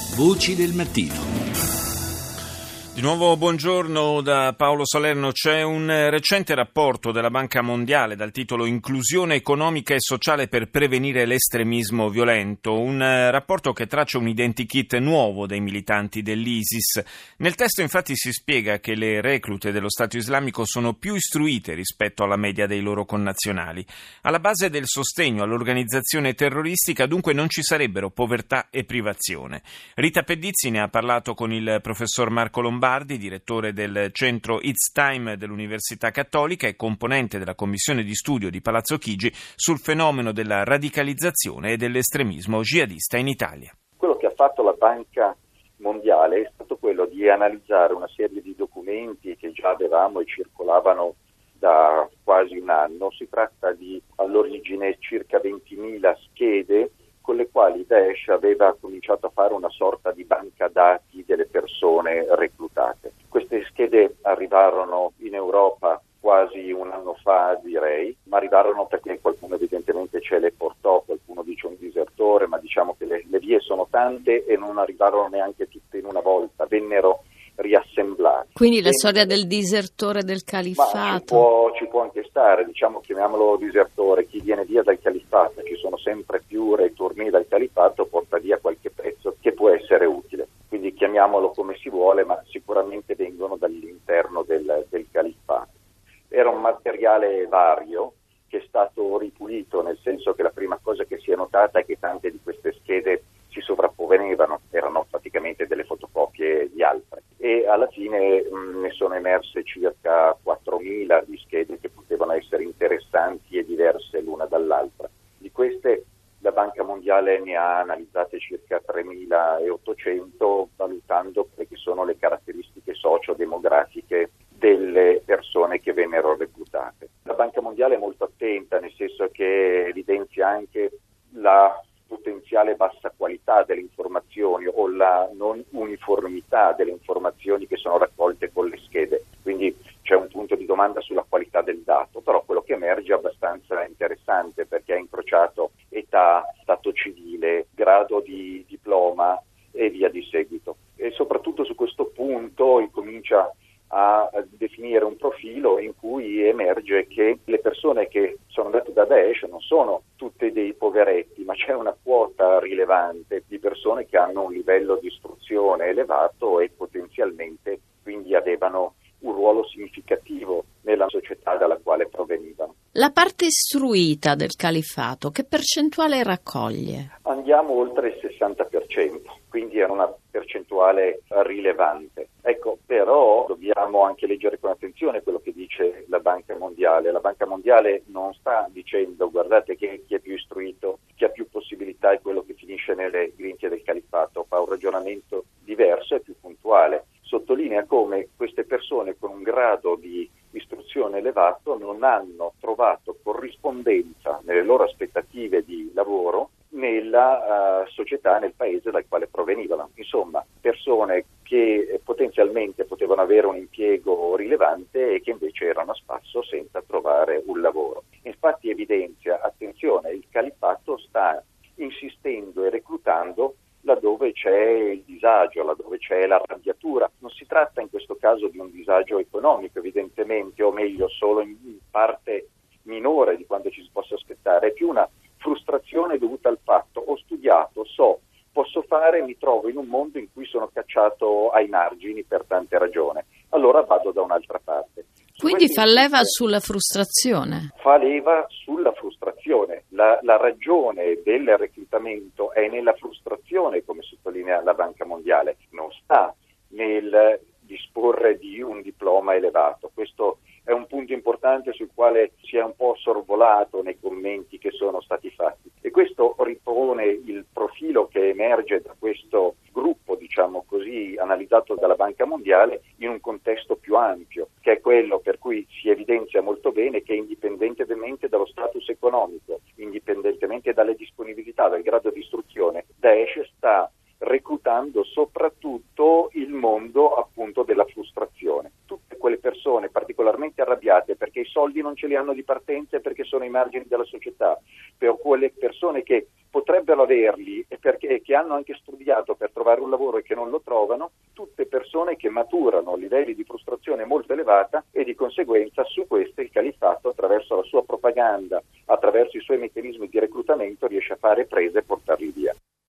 Voci del mattino. Di nuovo buongiorno da Paolo Salerno. C'è un recente rapporto della Banca Mondiale dal titolo Inclusione economica e sociale per prevenire l'estremismo violento, un rapporto che traccia un identikit nuovo dei militanti dell'ISIS. Nel testo infatti si spiega che le reclute dello Stato islamico sono più istruite rispetto alla media dei loro connazionali. Alla base del sostegno all'organizzazione terroristica dunque non ci sarebbero povertà e privazione. Rita Pedizzi ne ha parlato con il professor Marco Lombardi, direttore del centro It's Time dell'Università Cattolica e componente della commissione di studio di Palazzo Chigi sul fenomeno della radicalizzazione e dell'estremismo jihadista in Italia. Quello che ha fatto la Banca Mondiale è stato quello di analizzare una serie di documenti che già avevamo e circolavano da quasi un anno. Si tratta di all'origine circa 20.000 schede con le quali Daesh aveva cominciato a fare una sorta di banca dati delle persone reclutate. Queste schede arrivarono in Europa quasi un anno fa, direi, ma arrivarono perché qualcuno evidentemente ce le portò, qualcuno dice un disertore, ma diciamo che le vie sono tante e non arrivarono neanche tutte in una volta, vennero riassemblate. Quindi la storia del disertore del califfato. Ma ci può anche stare, chiamiamolo disertore, chi viene via dal califfato, ci sono sempre più ritorni dal califfato, porta via qualche pezzo che può essere utile. Quindi chiamiamolo come si vuole, ma sicuramente vengono dall'interno del califfato. Era un materiale vario che è stato ripulito, nel senso che la prima cosa che si è notata è che tante di queste schede si sovrapponevano, erano praticamente delle fotocopie di altre. E alla fine ne sono emerse circa 4.000 di schede che potevano essere interessanti e diverse l'una dall'altra. Di queste la Banca Mondiale ne ha analizzate circa 3.800, valutando quelle che sono le caratteristiche socio-demografiche delle persone che vennero reclutate. La Banca Mondiale è molto attenta, nel senso che evidenzia anche la potenziale bassa qualità delle informazioni o la non uniformità delle informazioni che sono raccolte con le schede. Quindi c'è un punto di domanda sulla qualità del dato, però quello che emerge è abbastanza interessante perché ha incrociato età, stato civile, grado di diploma e via di seguito. E soprattutto su questo punto comincia a definire un profilo in cui emerge che le persone che sono andate da Daesh non sono tutte dei poveretti, ma c'è una quota rilevante di persone che hanno un livello di istruzione elevato e potenzialmente quindi avevano un ruolo significativo nella società dalla quale provenivano. La parte istruita del califfato, che percentuale raccoglie? Andiamo oltre il 60%, quindi è una percentuale rilevante. Ecco, però dobbiamo anche leggere con attenzione quello che dice la Banca Mondiale. La Banca Mondiale non sta dicendo guardate che chi è più istruito, chi ha più possibilità è quello che finisce nelle grinfie del califfato, fa un ragionamento diverso e più puntuale. Sottolinea come queste persone con un grado di istruzione elevato non hanno trovato corrispondenza nelle loro aspettative di lavoro nella società, nel paese dal quale provenivano. Insomma, persone che potenzialmente potevano avere un impiego rilevante e che invece erano a spasso senza trovare un lavoro. Infatti evidenzia, attenzione, il califfato sta insistendo e reclutando laddove c'è il disagio, laddove c'è l'arrabbiatura. Non si tratta in questo caso di un disagio economico, evidentemente, o meglio solo in parte minore di quanto ci si possa aspettare, è più una frustrazione dovuta al fatto: ho studiato, so, posso fare, mi trovo in un mondo in cui sono cacciato ai margini per tante ragioni, allora vado da un'altra parte. Quindi fa leva sulla frustrazione? Fa leva sulla frustrazione. La ragione del reclutamento è nella frustrazione, come sottolinea la Banca Mondiale, non sta nel disporre di un diploma elevato. Questo è un punto importante sul quale si è un po' sorvolato nei commenti che sono stati fatti, e questo ripone il profilo che emerge da questo gruppo, diciamo così, analizzato dalla Banca Mondiale in un contesto più ampio, che è quello per cui si evidenzia molto bene che indipendentemente dallo status economico, indipendentemente dalle disponibilità, dal grado di istruzione, Daesh sta reclutando soprattutto il mondo appunto della frustrazione. Tutte quelle persone particolarmente arrabbiate perché i soldi non ce li hanno di partenza e perché sono ai margini della società, per quelle persone che potrebbero averli e che hanno anche studiato per trovare un lavoro e che non lo trovano, tutte persone che maturano livelli di frustrazione molto elevata e di conseguenza su queste il califfato, attraverso la sua propaganda, attraverso i suoi meccanismi di reclutamento, riesce a fare prese e portarli via.